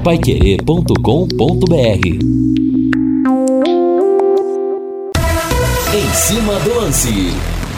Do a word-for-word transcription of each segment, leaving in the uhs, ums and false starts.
paiquerê ponto com ponto br. Em cima do lance.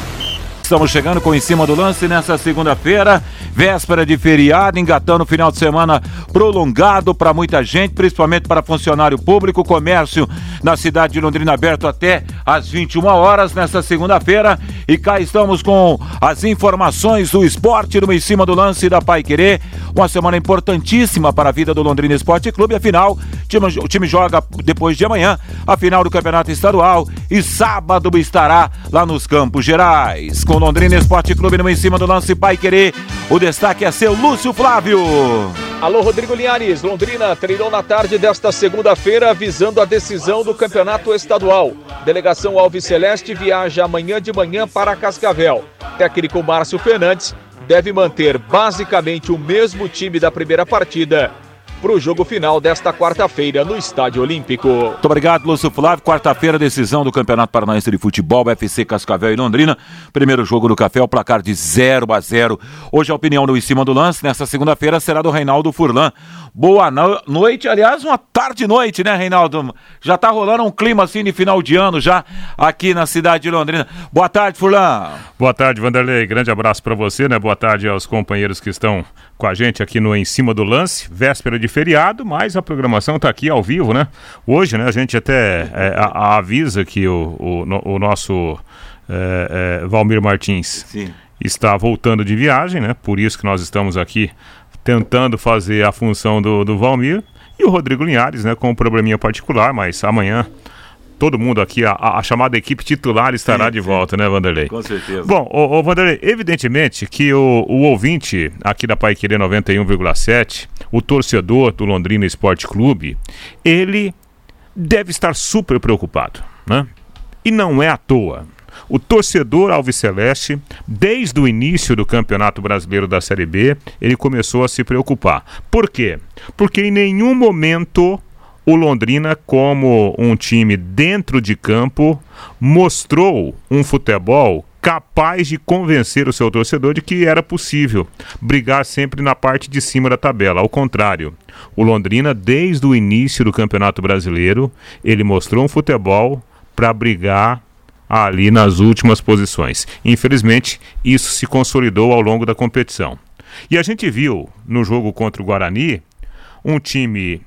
Estamos chegando com Em Cima do Lance nessa segunda-feira, véspera de feriado, engatando o final de semana prolongado para muita gente, principalmente para funcionário público, comércio na cidade de Londrina aberto até às vinte e uma horas nessa segunda-feira. E cá estamos com as informações do esporte no Em Cima do Lance da Paiquerê. Uma semana importantíssima para a vida do Londrina Esporte Clube, afinal, o time joga depois de amanhã a final do Campeonato Estadual e sábado estará lá nos Campos Gerais. Com Londrina Esporte Clube no Em Cima do Lance Paiquerê, o destaque é seu Lúcio Flávio. Alô, Rodrigo Linhares. Londrina treinou na tarde desta segunda-feira visando a decisão do Campeonato Estadual. Delegação Alves Celeste viaja amanhã de manhã para Cascavel. Técnico Márcio Fernandes deve manter basicamente o mesmo time da primeira partida para o jogo final desta quarta-feira no Estádio Olímpico. Muito obrigado, Lúcio Flávio. Quarta-feira, decisão do Campeonato Paranaense de Futebol, F C Cascavel e Londrina. Primeiro jogo do Café, o placar de zero a zero. Hoje a opinião do Em Cima do Lance, nesta segunda-feira, será do Reinaldo Furlan. Boa no- noite, aliás, uma tarde e noite, né, Reinaldo? Já tá rolando um clima assim de final de ano já aqui na cidade de Londrina. Boa tarde, Furlan. Boa tarde, Vanderlei. Grande abraço para você, né? Boa tarde aos companheiros que estão com a gente aqui no Em Cima do Lance, véspera de feriado, mas a programação está aqui ao vivo, né? Hoje, né, a gente até é, a, a avisa que o, o, no, o nosso é, é, Valmir Martins Sim. está voltando de viagem, né? Por isso que nós estamos aqui tentando fazer a função do, do Valmir, e o Rodrigo Linhares, né, com um probleminha particular, mas amanhã todo mundo aqui, a, a chamada equipe titular estará sim, de sim. volta, né, Vanderlei? Com certeza. Bom, ô, ô, Vanderlei, evidentemente que o, o ouvinte aqui da Paiquerê noventa e um vírgula sete, o torcedor do Londrina Esporte Clube, ele deve estar super preocupado, né? E não é à toa. O torcedor alviceleste, desde o início do Campeonato Brasileiro da Série B, ele começou a se preocupar. Por quê? Porque em nenhum momento o Londrina, como um time dentro de campo, mostrou um futebol capaz de convencer o seu torcedor de que era possível brigar sempre na parte de cima da tabela. Ao contrário, o Londrina, desde o início do Campeonato Brasileiro, ele mostrou um futebol para brigar ali nas últimas posições. Infelizmente, isso se consolidou ao longo da competição. E a gente viu no jogo contra o Guarani um time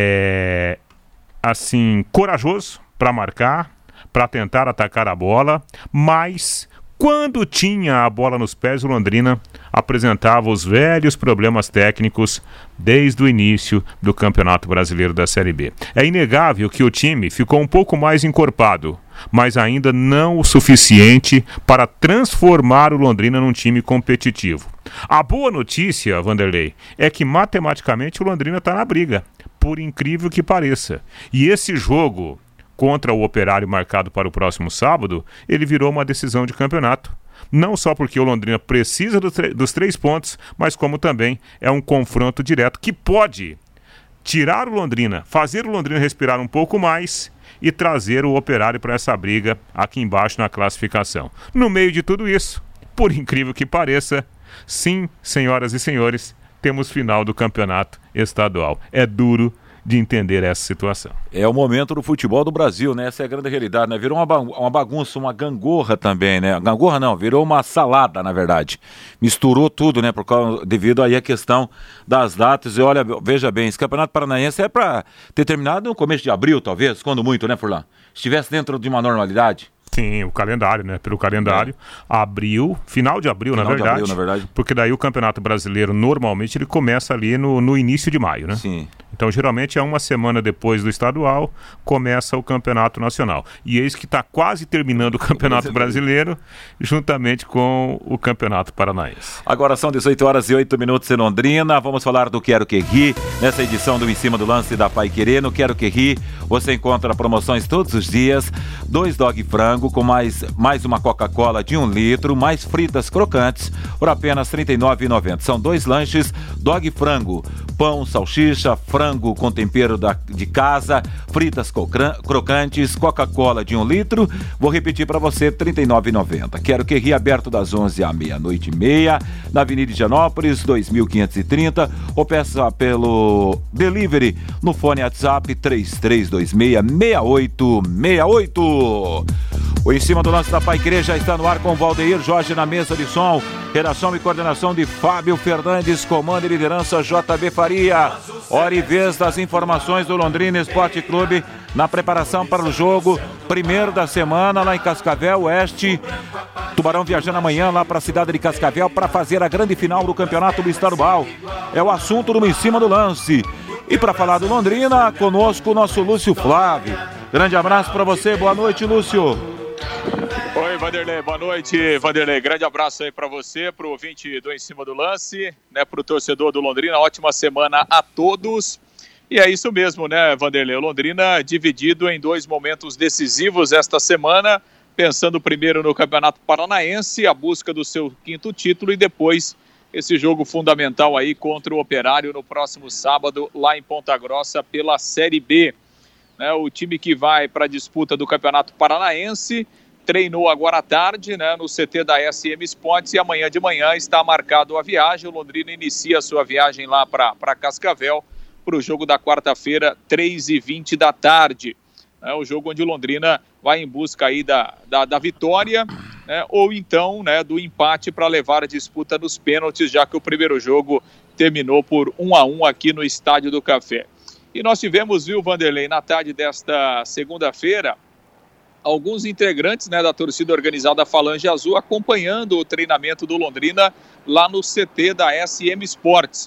é, assim, corajoso para marcar, para tentar atacar a bola, mas quando tinha a bola nos pés, o Londrina apresentava os velhos problemas técnicos desde o início do Campeonato Brasileiro da Série B. É inegável que o time ficou um pouco mais encorpado, mas ainda não o suficiente para transformar o Londrina num time competitivo. A boa notícia, Vanderlei, é que matematicamente o Londrina está na briga, por incrível que pareça. E esse jogo contra o Operário marcado para o próximo sábado, ele virou uma decisão de campeonato. Não só porque o Londrina precisa do tre- dos três pontos, mas como também é um confronto direto que pode tirar o Londrina, fazer o Londrina respirar um pouco mais e trazer o Operário para essa briga aqui embaixo na classificação. No meio de tudo isso, por incrível que pareça, sim, senhoras e senhores, temos final do campeonato estadual. É duro de entender essa situação. É o momento do futebol do Brasil, né? Essa é a grande realidade, né? Virou uma, ba- uma bagunça, uma gangorra também, né? Gangorra não, virou uma salada, na verdade. Misturou tudo, né? Por causa, devido aí à questão das datas. E olha, veja bem, esse Campeonato Paranaense é para ter terminado no começo de abril, talvez, quando muito, né, Furlan? Estivesse dentro de uma normalidade. Sim, o calendário, né? Pelo calendário, é. abril, final de abril, final na verdade, de abril, na verdade. Porque daí o Campeonato Brasileiro, normalmente, ele começa ali no, no início de maio, né? Sim. Então, geralmente, é uma semana depois do estadual, começa o Campeonato Nacional. E eis que está quase terminando o Campeonato Brasileiro, juntamente com o Campeonato Paranaense. Agora são dezoito horas e oito minutos em Londrina. Vamos falar do Quero Que Ri, nessa edição do Em Cima do Lance da Paiquerê. No Quero Que Ri, você encontra promoções todos os dias. Dois dog frango com mais, mais uma Coca-Cola de um litro, mais fritas crocantes por apenas trinta e nove reais e noventa centavos. São dois lanches dog frango pão, salsicha, frango com tempero da, de casa, fritas cocran, crocantes, Coca-Cola de um litro. Vou repetir para você, trinta e nove reais e noventa centavos. Quero que ri aberto das onze à meia-noite e meia, na Avenida Higienópolis, dois mil quinhentos e trinta, ou peça pelo delivery no fone WhatsApp três três dois seis, seis oito seis oito. O Em Cima do Lance da Paiquerê já está no ar com Valdeir Jorge na mesa de som. Redação e coordenação de Fábio Fernandes, comando e liderança J B Faria. Hora e vez das informações do Londrina Esporte Clube na preparação para o jogo primeiro da semana lá em Cascavel Oeste. Tubarão viajando amanhã lá para a cidade de Cascavel para fazer a grande final do campeonato do estadual. É o assunto do Em Cima do Lance. E para falar do Londrina, conosco o nosso Lúcio Flávio. Grande abraço para você, boa noite, Lúcio. Oi, Vanderlei, boa noite, Vanderlei. Grande abraço aí para você, para o ouvinte do Em Cima do Lance, né, para o torcedor do Londrina. Ótima semana a todos. E é isso mesmo, né, Vanderlei? O Londrina dividido em dois momentos decisivos esta semana, pensando primeiro no Campeonato Paranaense, a busca do seu quinto título, e depois esse jogo fundamental aí contra o Operário no próximo sábado, lá em Ponta Grossa, pela Série B. Né, o time que vai para a disputa do Campeonato Paranaense treinou agora à tarde, né, no C T da S M Sports, e amanhã de manhã está marcado a viagem. O Londrina inicia a sua viagem lá para Cascavel para o jogo da quarta-feira, três e vinte da tarde. É o jogo onde o Londrina vai em busca aí da, da, da vitória, né, ou então, né, do empate para levar a disputa nos pênaltis, já que o primeiro jogo terminou por um a um aqui no Estádio do Café. E nós tivemos, viu, Vanderlei, na tarde desta segunda-feira, alguns integrantes, né, da torcida organizada Falange Azul acompanhando o treinamento do Londrina lá no C T da S M Sports.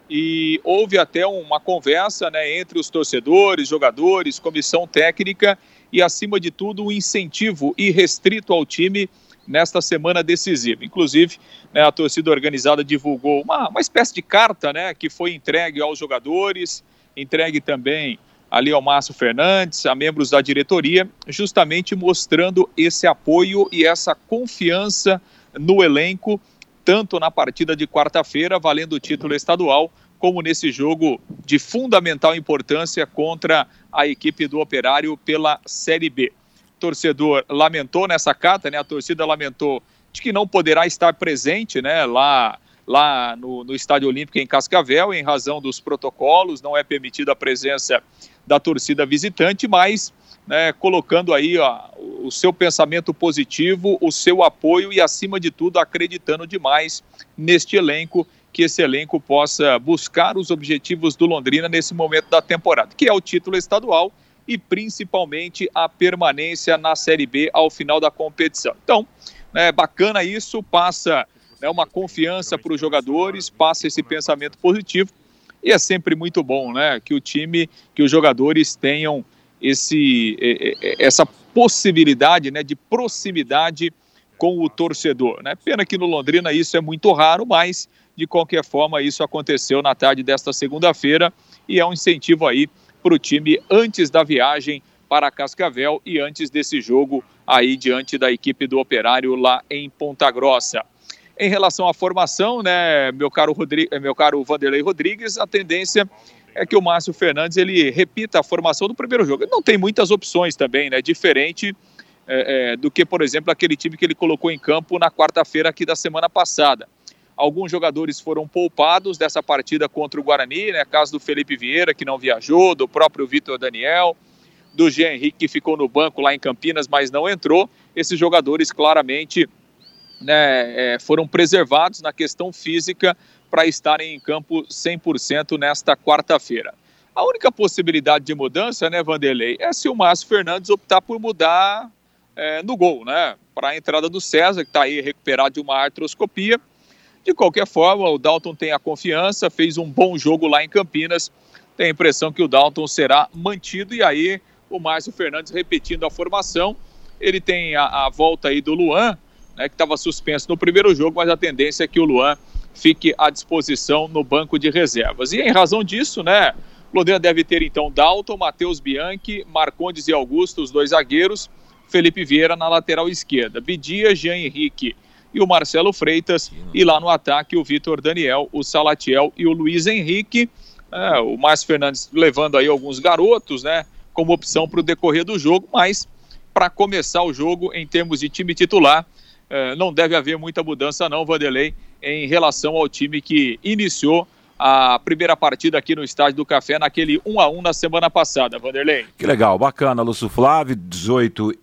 E houve até uma conversa, né, entre os torcedores, jogadores, comissão técnica e, acima de tudo, um incentivo irrestrito ao time nesta semana decisiva. Inclusive, né, a torcida organizada divulgou uma, uma espécie de carta, né, que foi entregue aos jogadores, entregue também ali ao Márcio Fernandes, a membros da diretoria, justamente mostrando esse apoio e essa confiança no elenco, tanto na partida de quarta-feira, valendo o título estadual, como nesse jogo de fundamental importância contra a equipe do Operário pela Série B. O torcedor lamentou nessa carta, né, a torcida lamentou de que não poderá estar presente, né, lá... lá no, no Estádio Olímpico em Cascavel, em razão dos protocolos, não é permitida a presença da torcida visitante, mas, né, colocando aí ó, o seu pensamento positivo, o seu apoio e, acima de tudo, acreditando demais neste elenco, que esse elenco possa buscar os objetivos do Londrina nesse momento da temporada, que é o título estadual e, principalmente, a permanência na Série B ao final da competição. Então, é bacana isso, passa... É uma confiança para os jogadores, passa esse pensamento positivo, e é sempre muito bom, né, que o time, que os jogadores tenham esse, essa possibilidade, né, de proximidade com o torcedor, né? Pena que no Londrina isso é muito raro, mas de qualquer forma isso aconteceu na tarde desta segunda-feira, e é um incentivo aí para o time antes da viagem para Cascavel e antes desse jogo aí diante da equipe do Operário lá em Ponta Grossa. Em relação à formação, né, meu caro, Rodrigo, meu caro Vanderlei Rodrigues, a tendência é que o Márcio Fernandes ele repita a formação do primeiro jogo. Ele não tem muitas opções também, né, diferente é, é, do que, por exemplo, aquele time que ele colocou em campo na quarta-feira aqui da semana passada. Alguns jogadores foram poupados dessa partida contra o Guarani, né, caso do Felipe Vieira, que não viajou, do próprio Vitor Daniel, do Jean Henrique, que ficou no banco lá em Campinas, mas não entrou. Esses jogadores claramente... Né, é, foram preservados na questão física para estarem em campo cem por cento nesta quarta-feira. A única possibilidade de mudança, né, Vanderlei, é se o Márcio Fernandes optar por mudar é, no gol, né, para a entrada do César, que está aí recuperado de uma artroscopia. De qualquer forma, o Dalton tem a confiança, fez um bom jogo lá em Campinas, tem a impressão que o Dalton será mantido, e aí o Márcio Fernandes repetindo a formação. Ele tem a, a volta aí do Luan, né, que estava suspenso no primeiro jogo, mas a tendência é que o Luan fique à disposição no banco de reservas. E em razão disso, né, o Londrina deve ter então Dalton, Matheus Bianchi, Marcondes e Augusto, os dois zagueiros, Felipe Vieira na lateral esquerda, Bidia, Jean Henrique e o Marcelo Freitas, e lá no ataque o Vitor Daniel, o Salatiel e o Luiz Henrique, é, o Márcio Fernandes levando aí alguns garotos, né, como opção para o decorrer do jogo, mas para começar o jogo em termos de time titular, é, não deve haver muita mudança não, Vanderlei, em relação ao time que iniciou a primeira partida aqui no Estádio do Café, naquele um a um na semana passada, Vanderlei. Que legal, bacana, Lúcio Flávio, dezoito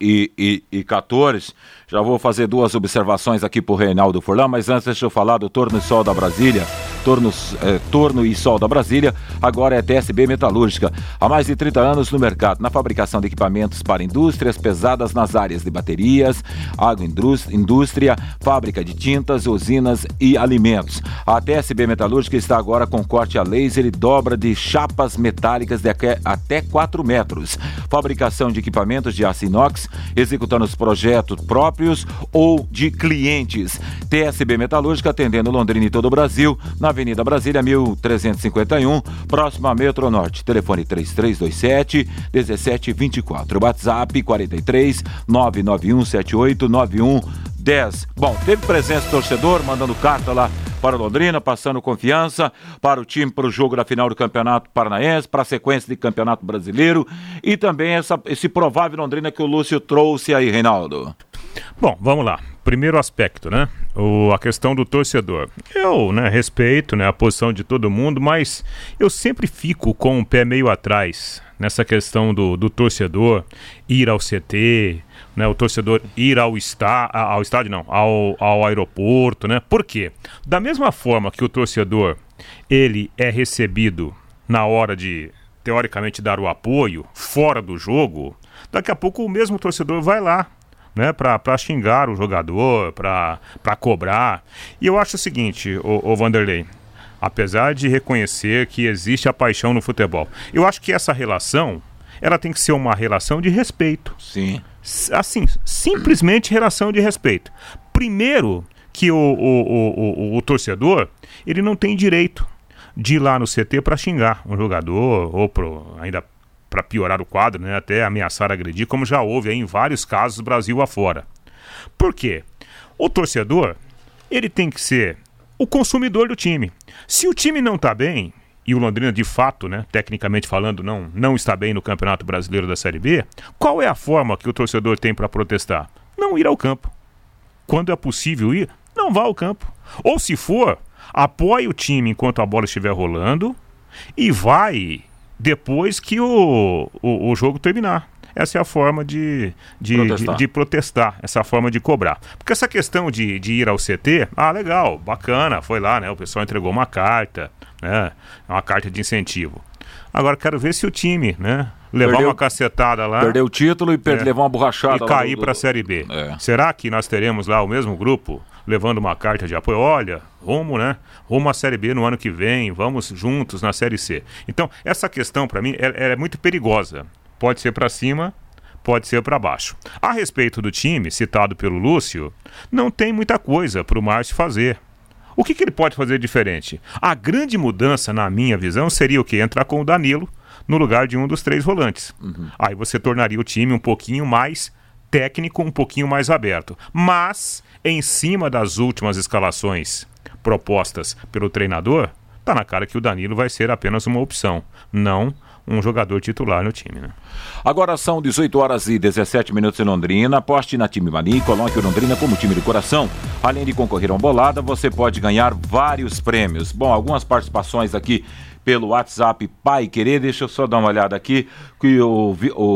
e quatorze. Já vou fazer duas observações aqui pro Reinaldo Furlan, mas antes deixa eu falar do Torno e Sol da Brasília. Torno, eh, Torno e Sol da Brasília, agora é T S B Metalúrgica. Há mais de trinta anos no mercado, na fabricação de equipamentos para indústrias pesadas nas áreas de baterias, agroindústria, fábrica de tintas, usinas e alimentos. A T S B Metalúrgica está agora com corte a laser e dobra de chapas metálicas de até quatro metros. Fabricação de equipamentos de aço inox, executando os projetos próprios ou de clientes. T S B Metalúrgica atendendo Londrina e todo o Brasil, na Avenida Brasília, mil trezentos e cinquenta e um, próximo a Metro Norte. Telefone três três dois sete, um sete dois quatro. WhatsApp quarenta e três, nove nove um sete oito, nove um um zero. Bom, teve presença do torcedor, mandando carta lá para Londrina, passando confiança para o time, para o jogo da final do Campeonato Paranaense, para a sequência de Campeonato Brasileiro e também essa, esse provável Londrina que o Lúcio trouxe aí, Reinaldo. Bom, vamos lá. Primeiro aspecto, né? O, a questão do torcedor. Eu, né, respeito, né, a posição de todo mundo, mas eu sempre fico com o pé meio atrás nessa questão do, do torcedor ir ao C T, né, o torcedor ir ao, está, ao estádio, não, ao, ao aeroporto, né? Por quê? Da mesma forma que o torcedor, ele é recebido na hora de, teoricamente, dar o apoio fora do jogo, daqui a pouco o mesmo torcedor vai lá, né, para xingar o jogador, para cobrar. E eu acho o seguinte, o, o Vanderlei, apesar de reconhecer que existe a paixão no futebol, eu acho que essa relação, ela tem que ser uma relação de respeito. Sim. Assim, simplesmente relação de respeito. Primeiro, que o, o, o, o, o torcedor, ele não tem direito de ir lá no C T para xingar um jogador, ou pro, ainda para piorar o quadro, né, até ameaçar agredir, como já houve aí em vários casos Brasil afora. Por quê? O torcedor, ele tem que ser o consumidor do time. Se o time não está bem, e o Londrina de fato, né, tecnicamente falando, não, não está bem no Campeonato Brasileiro da Série B, qual é a forma que o torcedor tem para protestar? Não ir ao campo. Quando é possível ir, não vá ao campo. Ou se for, apoie o time enquanto a bola estiver rolando e vai depois que o, o, o jogo terminar. Essa é a forma de, de, protestar. De, de protestar, essa forma de cobrar. Porque essa questão de, de ir ao C T, ah, legal, bacana, foi lá, né? O pessoal entregou uma carta, né? Uma carta de incentivo. Agora quero ver se o time, né, levar perdeu, uma cacetada lá, perdeu o título e perde, é, levar uma borrachada e cair do... para a Série B. É. Será que nós teremos lá o mesmo grupo levando uma carta de apoio? Olha, rumo, né? Rumo à Série B no ano que vem, vamos juntos na Série C. Então, essa questão para mim é, é muito perigosa. Pode ser para cima, pode ser para baixo. A respeito do time, citado pelo Lúcio, não tem muita coisa para o Márcio fazer. O que, que ele pode fazer diferente? A grande mudança, na minha visão, seria o quê? Entrar com o Danilo no lugar de um dos três volantes. Uhum. Aí você tornaria o time um pouquinho mais técnico, um pouquinho mais aberto. Mas, em cima das últimas escalações propostas pelo treinador, tá na cara que o Danilo vai ser apenas uma opção, não um jogador titular no time, né? Agora são dezoito horas e dezessete minutos em Londrina. Aposte na Time Mania e coloque o Londrina como time do coração. Além de concorrer a uma bolada, você pode ganhar vários prêmios. Bom, algumas participações aqui pelo WhatsApp Pai Querer. Deixa eu só dar uma olhada aqui que o,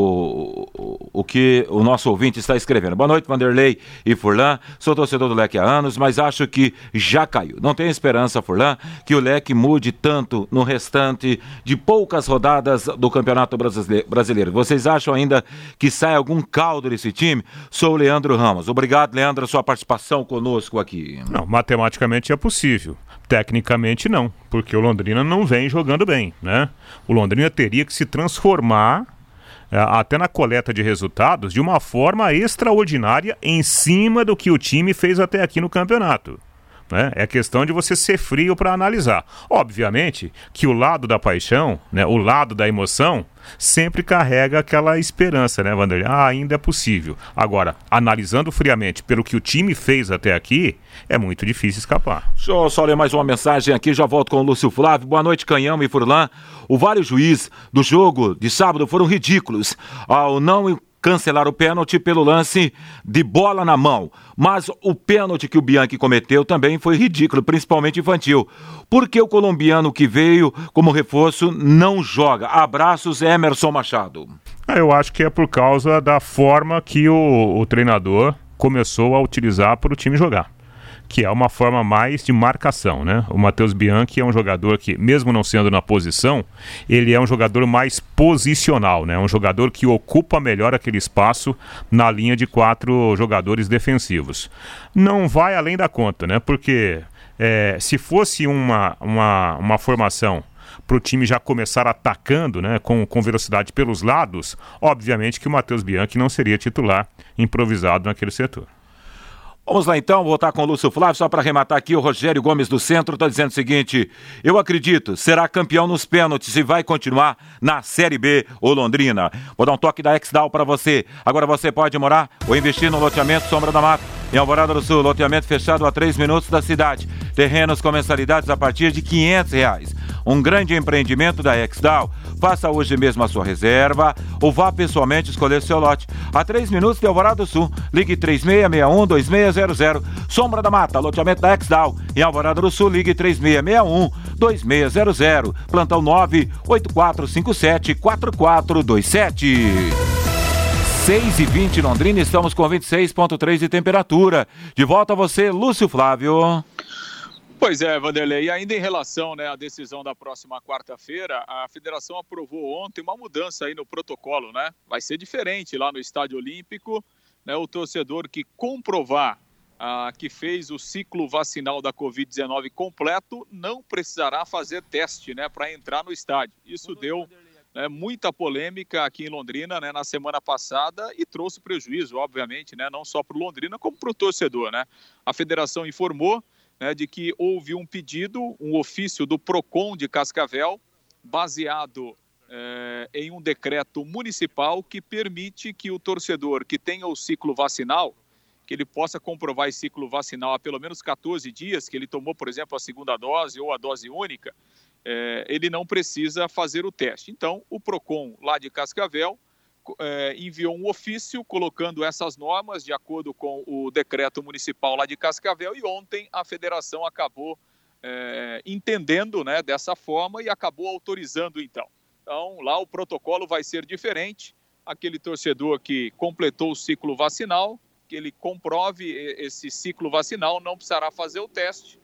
o, o, o que o nosso ouvinte está escrevendo. Boa noite, Vanderlei e Furlan. Sou torcedor do Leque há anos, mas acho que já caiu. Não tenho esperança, Furlan, que o Leque mude tanto no restante de poucas rodadas do Campeonato Brasileiro. Vocês acham ainda que sai algum caldo desse time? Sou o Leandro Ramos. Obrigado, Leandro, a sua participação conosco aqui. Não, matematicamente é possível. Tecnicamente não, porque o Londrina não vem jogando bem, né? O Londrina teria que se transformar, é, até na coleta de resultados, de uma forma extraordinária em cima do que o time fez até aqui no campeonato. né? É questão de você ser frio para analisar. Obviamente que o lado da paixão, né, o lado da emoção, sempre carrega aquela esperança, né, Vanderlei? Ah, ainda é possível. Agora, analisando friamente pelo que o time fez até aqui, é muito difícil escapar. Deixa eu só ler mais uma mensagem aqui, já volto com o Lúcio Flávio. Boa noite, Canhão e Furlan. O vários juízes do jogo de sábado foram ridículos ao não cancelar o pênalti pelo lance de bola na mão. Mas o pênalti que o Bianchi cometeu também foi ridículo, principalmente infantil. Por que o colombiano que veio como reforço não joga? Abraços, Emerson Machado. Eu acho que é por causa da forma que o, o treinador começou a utilizar para o time jogar, que é uma forma mais de marcação, né? O Matheus Bianchi é um jogador que, mesmo não sendo na posição, ele é um jogador mais posicional, né? Um jogador que ocupa melhor aquele espaço na linha de quatro jogadores defensivos. Não vai além da conta, né? Porque é, se fosse uma, uma, uma formação para o time já começar atacando, né, com, com velocidade pelos lados, obviamente que o Matheus Bianchi não seria titular improvisado naquele setor. Vamos lá então, voltar com o Lúcio Flávio, só para arrematar aqui, o Rogério Gomes do Centro está dizendo o seguinte: eu acredito, será campeão nos pênaltis e vai continuar na Série B, o Londrina. Vou dar um toque da Exdal para você. Agora você pode morar ou investir no loteamento Sombra da Mata, em Alvorada do Sul, loteamento fechado a três minutos da cidade. Terrenos com mensalidades a partir de quinhentos reais. Um grande empreendimento da Exdal. Faça hoje mesmo a sua reserva ou vá pessoalmente escolher seu lote. A três minutos de Alvorada do Sul. Ligue três seis seis um, dois seis zero zero. Sombra da Mata, loteamento da Exdal. Em Alvorada do Sul, ligue três seis seis um, dois seis zero zero. Plantão nove oito quatro cinco sete quatro quatro dois sete. seis e vinte Londrina, estamos com vinte e seis vírgula três de temperatura. De volta a você, Lúcio Flávio. Pois é, Vanderlei, e ainda em relação, né, à decisão da próxima quarta-feira, a federação aprovou ontem uma mudança aí no protocolo, né? Vai ser diferente lá no Estádio Olímpico, né? O torcedor que comprovar ah, que fez o ciclo vacinal da covid dezenove completo não precisará fazer teste, né, para entrar no estádio. Isso deu, né, muita polêmica aqui em Londrina, né, na semana passada e trouxe prejuízo, obviamente, né, não só para o Londrina como para o torcedor, né? A federação informou, né, de que houve um pedido, um ofício do Procon de Cascavel, baseado eh, em um decreto municipal que permite que o torcedor que tenha o ciclo vacinal, que ele possa comprovar esse ciclo vacinal há pelo menos quatorze dias, que ele tomou, por exemplo, a segunda dose ou a dose única, eh, ele não precisa fazer o teste. Então, o Procon lá de Cascavel É, enviou um ofício colocando essas normas de acordo com o decreto municipal lá de Cascavel, e ontem a federação acabou é, entendendo, né, dessa forma e acabou autorizando então. Então lá o protocolo vai ser diferente. Aquele torcedor que completou o ciclo vacinal, que ele comprove esse ciclo vacinal, não precisará fazer o teste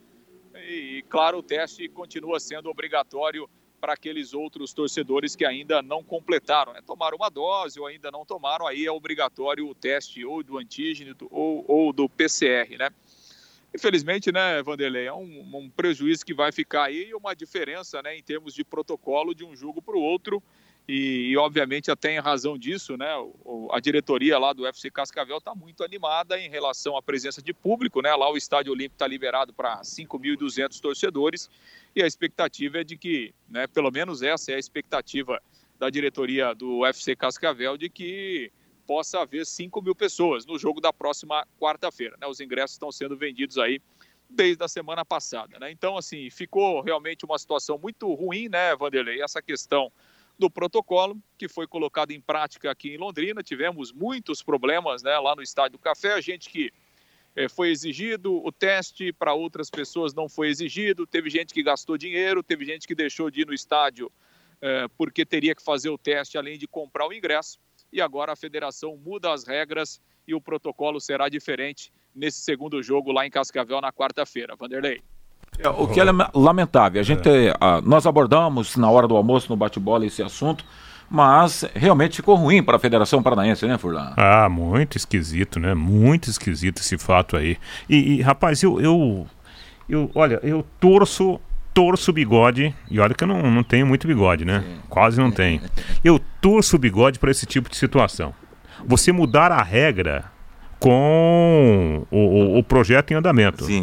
e, claro, o teste continua sendo obrigatório para aqueles outros torcedores que ainda não completaram, né? Tomaram uma dose ou ainda não tomaram, aí é obrigatório o teste ou do antígeno ou, ou do P C R, né? Infelizmente, né, Vanderlei, é um, um prejuízo que vai ficar aí e uma diferença, né, em termos de protocolo de um jogo para o outro. E, e, obviamente, até em razão disso, né, o, a diretoria lá do F C Cascavel está muito animada em relação à presença de público, né? Lá o Estádio Olímpico está liberado para cinco mil e duzentos torcedores e a expectativa é de que, né, pelo menos essa é a expectativa da diretoria do F C Cascavel, de que possa haver cinco mil pessoas no jogo da próxima quarta-feira, né? Os ingressos estão sendo vendidos aí desde a semana passada, né? Então, assim, ficou realmente uma situação muito ruim, né, Vanderlei? Essa questão do protocolo que foi colocado em prática aqui em Londrina. Tivemos muitos problemas, né, lá no Estádio do Café, gente que eh, foi exigido o teste, para outras pessoas não foi exigido, teve gente que gastou dinheiro, teve gente que deixou de ir no estádio eh, porque teria que fazer o teste além de comprar o ingresso, e agora a federação muda as regras e o protocolo será diferente nesse segundo jogo lá em Cascavel na quarta-feira. Vanderlei. É, o que é lamentável, a gente, é. a, nós abordamos na hora do almoço no bate-bola esse assunto, mas realmente ficou ruim para a Federação Paranaense, né, Furlan? Ah, muito esquisito, né? Muito esquisito esse fato aí. E, e rapaz, eu, eu, eu, olha, eu torço, torço o bigode, e olha que eu não, não tenho muito bigode, né? Sim. Quase não tenho. Eu torço o bigode para esse tipo de situação. Você mudar a regra com o, o, o projeto em andamento. Sim.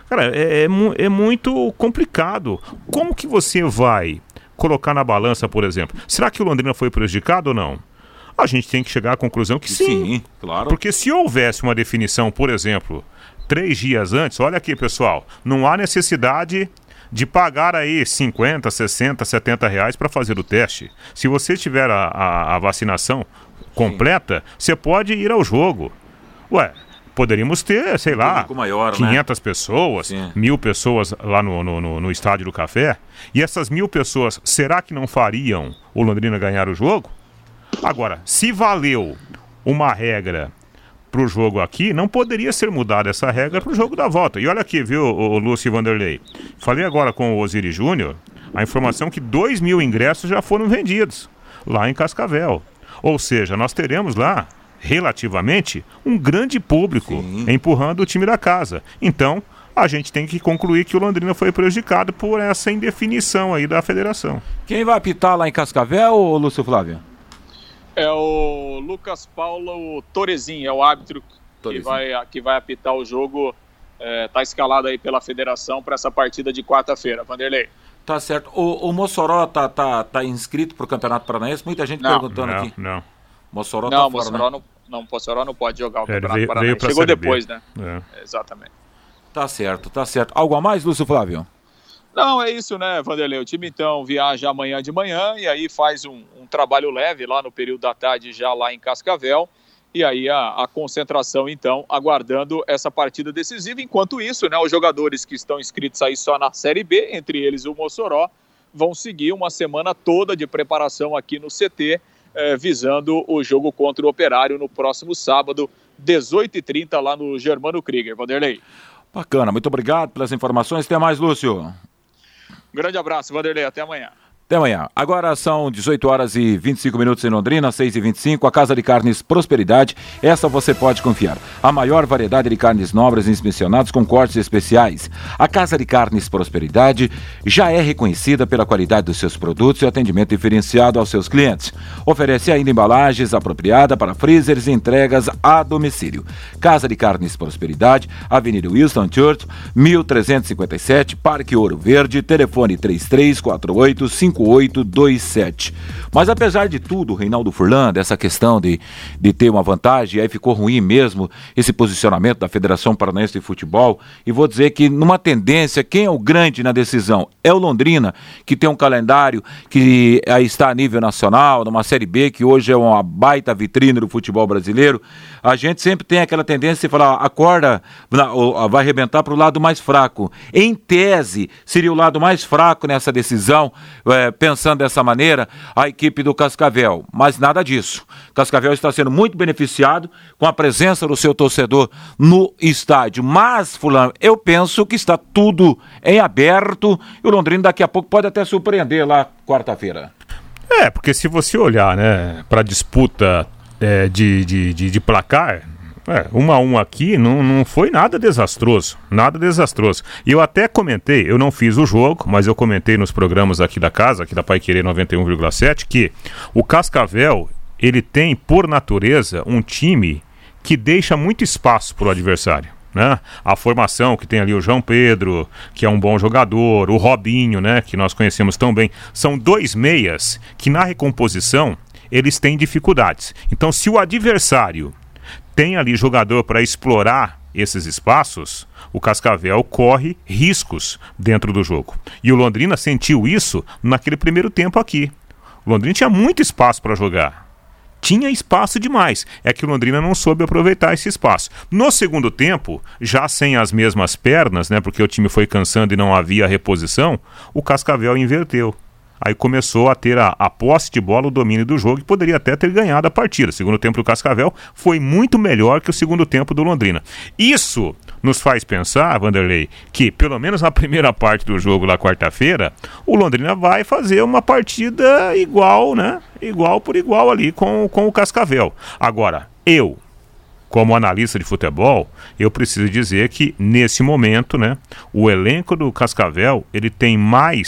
Cara, é, é, é muito complicado. Como que você vai colocar na balança, por exemplo? Será que o Londrina foi prejudicado ou não? A gente tem que chegar à conclusão que sim. Sim, claro. Porque se houvesse uma definição, por exemplo, três dias antes, olha aqui, pessoal, não há necessidade de pagar aí cinquenta, sessenta, setenta reais para fazer o teste. Se você tiver a, a, a vacinação completa, sim, você pode ir ao jogo. Ué, poderíamos ter, sei um lá, maior, quinhentas, né, pessoas, sim, mil pessoas lá no, no, no, no Estádio do Café. E essas mil pessoas, será que não fariam o Londrina ganhar o jogo? Agora, se valeu uma regra para o jogo aqui, não poderia ser mudada essa regra para o jogo da volta. E olha aqui, viu, o Lúcio e Vanderlei? Falei agora com o Osiris Júnior a informação que dois mil ingressos já foram vendidos lá em Cascavel. Ou seja, nós teremos lá, relativamente, um grande público, sim, empurrando o time da casa. Então, a gente tem que concluir que o Londrina foi prejudicado por essa indefinição aí da federação. Quem vai apitar lá em Cascavel, ou Lúcio Flávio? É o Lucas Paulo Torezin, é o árbitro que vai, que vai apitar o jogo. Está é, escalado aí pela federação para essa partida de quarta-feira. Vanderlei. Tá certo. O, o Mossoró tá, tá, tá inscrito para o Campeonato Paranaense? Muita gente não, perguntando não, aqui. Não, Mossoró não. Tá Mossoró fora, né? não, não, Mossoró não pode jogar o Campeonato veio, Paranaense. Veio Chegou depois, né? É. Exatamente. Tá certo, tá certo. Algo a mais, Lúcio Flávio? Não, é isso, né, Vanderlei? O time, então, viaja amanhã de manhã e aí faz um, um trabalho leve lá no período da tarde, já lá em Cascavel. E aí a, a concentração, então, aguardando essa partida decisiva. Enquanto isso, né, os jogadores que estão inscritos aí só na Série B, entre eles o Mossoró, vão seguir uma semana toda de preparação aqui no C T, eh, visando o jogo contra o Operário no próximo sábado, dezoito e trinta, lá no Germano Krieger. Vanderlei. Bacana, muito obrigado pelas informações. Até mais, Lúcio. Grande abraço, Vanderlei, até amanhã. Até amanhã. Agora são dezoito horas e vinte e cinco minutos em Londrina, seis e vinte e cinco. A Casa de Carnes Prosperidade, essa você pode confiar. A maior variedade de carnes nobres inspecionadas com cortes especiais. A Casa de Carnes Prosperidade já é reconhecida pela qualidade dos seus produtos e atendimento diferenciado aos seus clientes. Oferece ainda embalagens apropriadas para freezers e entregas a domicílio. Casa de Carnes Prosperidade, Avenida Winston Churchill, mil trezentos e cinquenta e sete, Parque Ouro Verde, telefone três três quatro oito cinco oito dois sete. Mas apesar de tudo, Reinaldo Furlan, dessa questão de, de ter uma vantagem, aí ficou ruim mesmo esse posicionamento da Federação Paranaense de Futebol, e vou dizer que numa tendência, quem é o grande na decisão? É o Londrina, que tem um calendário que aí está a nível nacional, numa Série B, que hoje é uma baita vitrine do futebol brasileiro. A gente sempre tem aquela tendência de falar, a corda vai arrebentar para o lado mais fraco. Em tese, seria o lado mais fraco nessa decisão, é, pensando dessa maneira, a equipe do Cascavel, mas nada disso. Cascavel está sendo muito beneficiado com a presença do seu torcedor no estádio, mas, Fulano, eu penso que está tudo em aberto e o Londrina daqui a pouco pode até surpreender lá quarta-feira. É, porque se você olhar, né, para a disputa é, de, de, de, de placar, É, um a um aqui não, não foi nada desastroso, nada desastroso. E eu até comentei, eu não fiz o jogo, mas eu comentei nos programas aqui da casa, aqui da Paiquerê noventa e um vírgula sete, que o Cascavel, ele tem, por natureza, um time que deixa muito espaço para o adversário, né? A formação que tem ali o João Pedro, que é um bom jogador, o Robinho, né, que nós conhecemos tão bem, são dois meias que na recomposição eles têm dificuldades. Então, se o adversário tem ali jogador para explorar esses espaços, o Cascavel corre riscos dentro do jogo. E o Londrina sentiu isso naquele primeiro tempo aqui. O Londrina tinha muito espaço para jogar. Tinha espaço demais. É que o Londrina não soube aproveitar esse espaço. No segundo tempo, já sem as mesmas pernas, né, porque o time foi cansando e não havia reposição, o Cascavel inverteu. Aí começou a ter a, a posse de bola, o domínio do jogo, e poderia até ter ganhado a partida. O segundo tempo do Cascavel foi muito melhor que o segundo tempo do Londrina. Isso nos faz pensar, Vanderlei, que pelo menos na primeira parte do jogo, lá quarta-feira, o Londrina vai fazer uma partida igual, né? Igual por igual ali com, com o Cascavel. Agora, eu, como analista de futebol, eu preciso dizer que nesse momento, né, o elenco do Cascavel, ele tem mais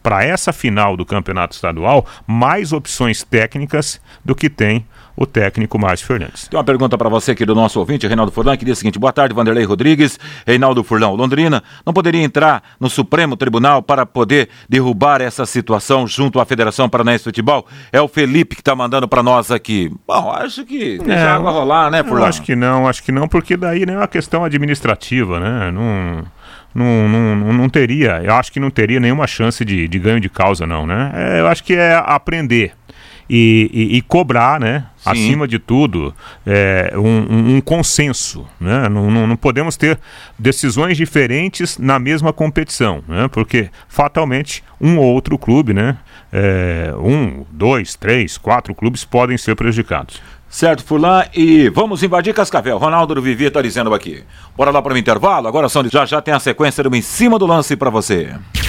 para essa final do campeonato estadual, mais opções técnicas do que tem o técnico Márcio Fernandes. Tem uma pergunta para você aqui do nosso ouvinte, Reinaldo Furlan, que diz o seguinte: boa tarde, Vanderlei Rodrigues, Reinaldo Furlan. Londrina não poderia entrar no Supremo Tribunal para poder derrubar essa situação junto à Federação Paranaense de Futebol? É o Felipe que está mandando para nós aqui. Bom, acho que deixa é, a água rolar, né, Furlan? Eu acho que não, acho que não, porque daí né, é uma questão administrativa, né? Não... Não, não, não teria, eu acho que não teria nenhuma chance de, de ganho de causa, não, né? É, eu acho que é aprender e, e, e cobrar, né? Sim. Acima de tudo, é, um, um, um consenso, né? Não, não, não podemos ter decisões diferentes na mesma competição, né? Porque fatalmente um ou outro clube, né? É, um, dois, três, quatro clubes podem ser prejudicados. Certo, Furlan, e vamos invadir Cascavel. Ronaldo do Vivi está dizendo aqui. Bora lá para o intervalo, agora são de... já já tem a sequência do Em Cima do Lance para você.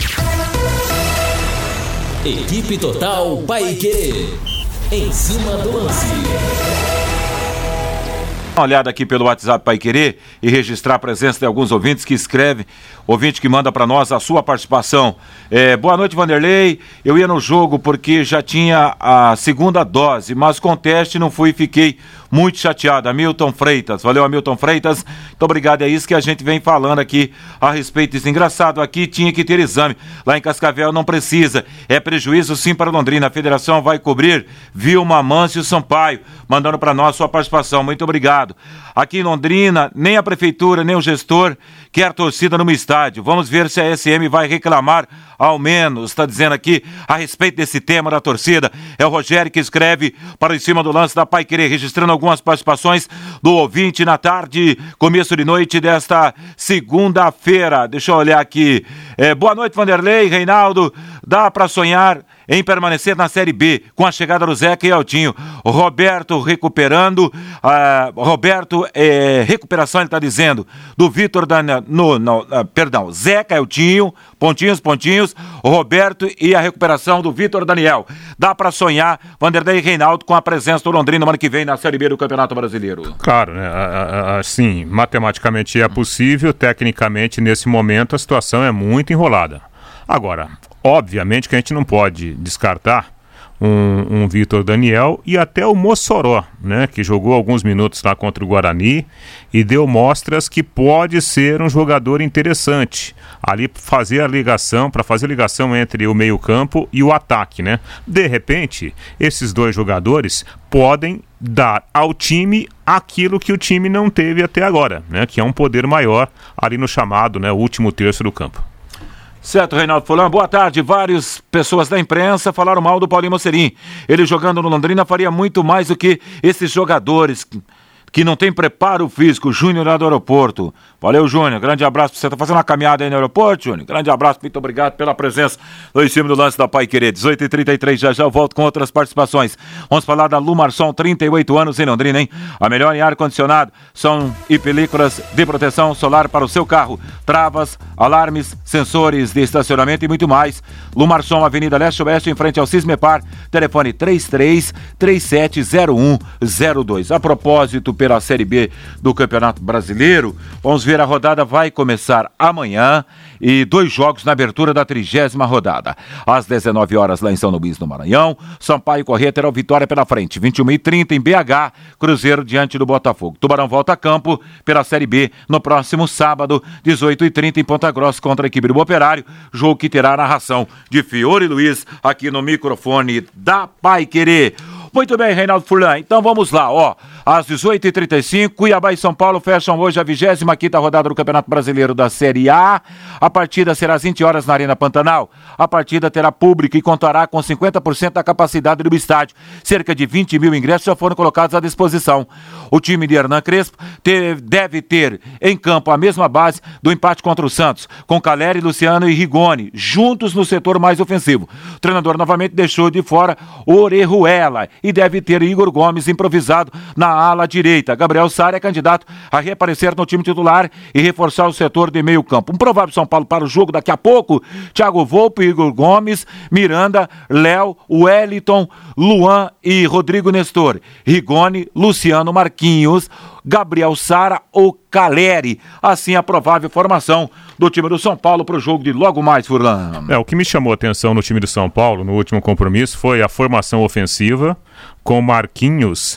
Equipe Total Paiquerê. Em Cima do Lance. Uma olhada aqui pelo WhatsApp Paiquerê e registrar a presença de alguns ouvintes que escrevem, ouvinte que manda para nós a sua participação. É, boa noite, Vanderlei. Eu ia no jogo porque já tinha a segunda dose, mas com teste não fui e fiquei muito chateado. Hamilton Freitas, valeu, Hamilton Freitas. Muito obrigado, é isso que a gente vem falando aqui a respeito disso. Engraçado, aqui tinha que ter exame, lá em Cascavel não precisa. É prejuízo sim para Londrina, a federação vai cobrir. Vilma Mâncio Sampaio, mandando para nós sua participação, muito obrigado. Aqui em Londrina, nem a prefeitura, nem o gestor quer torcida no estádio. Vamos ver se a S M vai reclamar ao menos, está dizendo aqui a respeito desse tema da torcida. É o Rogério que escreve para Em Cima do Lance da Paiquerê, registrando algumas participações do ouvinte na tarde, começo de noite desta segunda-feira. Deixa eu olhar aqui. É, boa noite, Vanderlei, Reinaldo. Dá para sonhar em permanecer na Série B com a chegada do Zeca e Eltinho. Roberto recuperando, uh, Roberto, é, recuperação, ele está dizendo, do Vitor, da, no, no, uh, perdão, Zeca, Eltinho, pontinhos, pontinhos, Roberto e a recuperação do Vitor Daniel. Dá para sonhar, Vanderlei e Reinaldo, com a presença do Londrina no ano que vem na Série B do Campeonato Brasileiro. Claro, né? Assim, matematicamente é possível, tecnicamente nesse momento a situação é muito enrolada. Agora, obviamente que a gente não pode descartar um, um Vitor Daniel e até o Mossoró, né, que jogou alguns minutos lá contra o Guarani e deu mostras que pode ser um jogador interessante. Ali fazer a ligação, para fazer a ligação entre o meio-campo e o ataque, né? De repente, esses dois jogadores podem dar ao time aquilo que o time não teve até agora, né? Que é um poder maior ali no chamado, né, último terço do campo. Certo, Reinaldo Fulano, boa tarde. Várias pessoas da imprensa falaram mal do Paulinho Mocerim. Ele jogando no Londrina faria muito mais do que esses jogadores que não tem preparo físico. Júnior lá do aeroporto. Valeu, Júnior. Grande abraço. Você tá fazendo uma caminhada aí no aeroporto, Júnior? Grande abraço. Muito obrigado pela presença do Em Cima do Lance da Paiquerê. dezoito e trinta e três, já já eu volto com outras participações. Vamos falar da Lumarson, trinta e oito anos em Londrina, hein? A melhor em ar-condicionado, som e películas de proteção solar para o seu carro. Travas, alarmes, sensores de estacionamento e muito mais. Lumarson, Avenida Leste-Oeste, em frente ao Cismepar. Telefone três três três sete zero um zero dois. A propósito, pela Série B do Campeonato Brasileiro, vamos ver, a rodada vai começar amanhã e dois jogos na abertura da trigésima rodada. Às dezenove horas lá em São Luís, no Maranhão, Sampaio Corrêa terá o Vitória pela frente. vinte e uma e trinta em B H, Cruzeiro diante do Botafogo. Tubarão volta a campo pela Série B no próximo sábado, dezoito e trinta em Ponta Grossa contra a equipe do Operário, jogo que terá a narração de Fiore Luiz aqui no microfone da Paiquerê. Muito bem, Reinaldo Furlan, então vamos lá, ó, às dezoito e trinta e cinco, Cuiabá e São Paulo fecham hoje a vigésima quinta rodada do Campeonato Brasileiro da Série A. A partida será às vinte horas na Arena Pantanal. A partida terá público e contará com cinquenta por cento da capacidade do estádio. Cerca de vinte mil ingressos já foram colocados à disposição. O time de Hernan Crespo te, deve ter em campo a mesma base do empate contra o Santos, com Caleri, Luciano e Rigoni, juntos no setor mais ofensivo. O treinador novamente deixou de fora Orejuela e deve ter Igor Gomes improvisado na ala direita. Gabriel Sara é candidato a reaparecer no time titular e reforçar o setor de meio campo. Um provável São Paulo para o jogo daqui a pouco: Thiago Volpe, Igor Gomes, Miranda, Léo, Wellington, Luan e Rodrigo Nestor, Rigoni, Luciano, Marquinhos, Gabriel Sara ou Caleri. Assim a provável formação do time do São Paulo para o jogo de logo mais, Furlan. É, o que me chamou a atenção no time do São Paulo, no último compromisso, foi a formação ofensiva, com Marquinhos,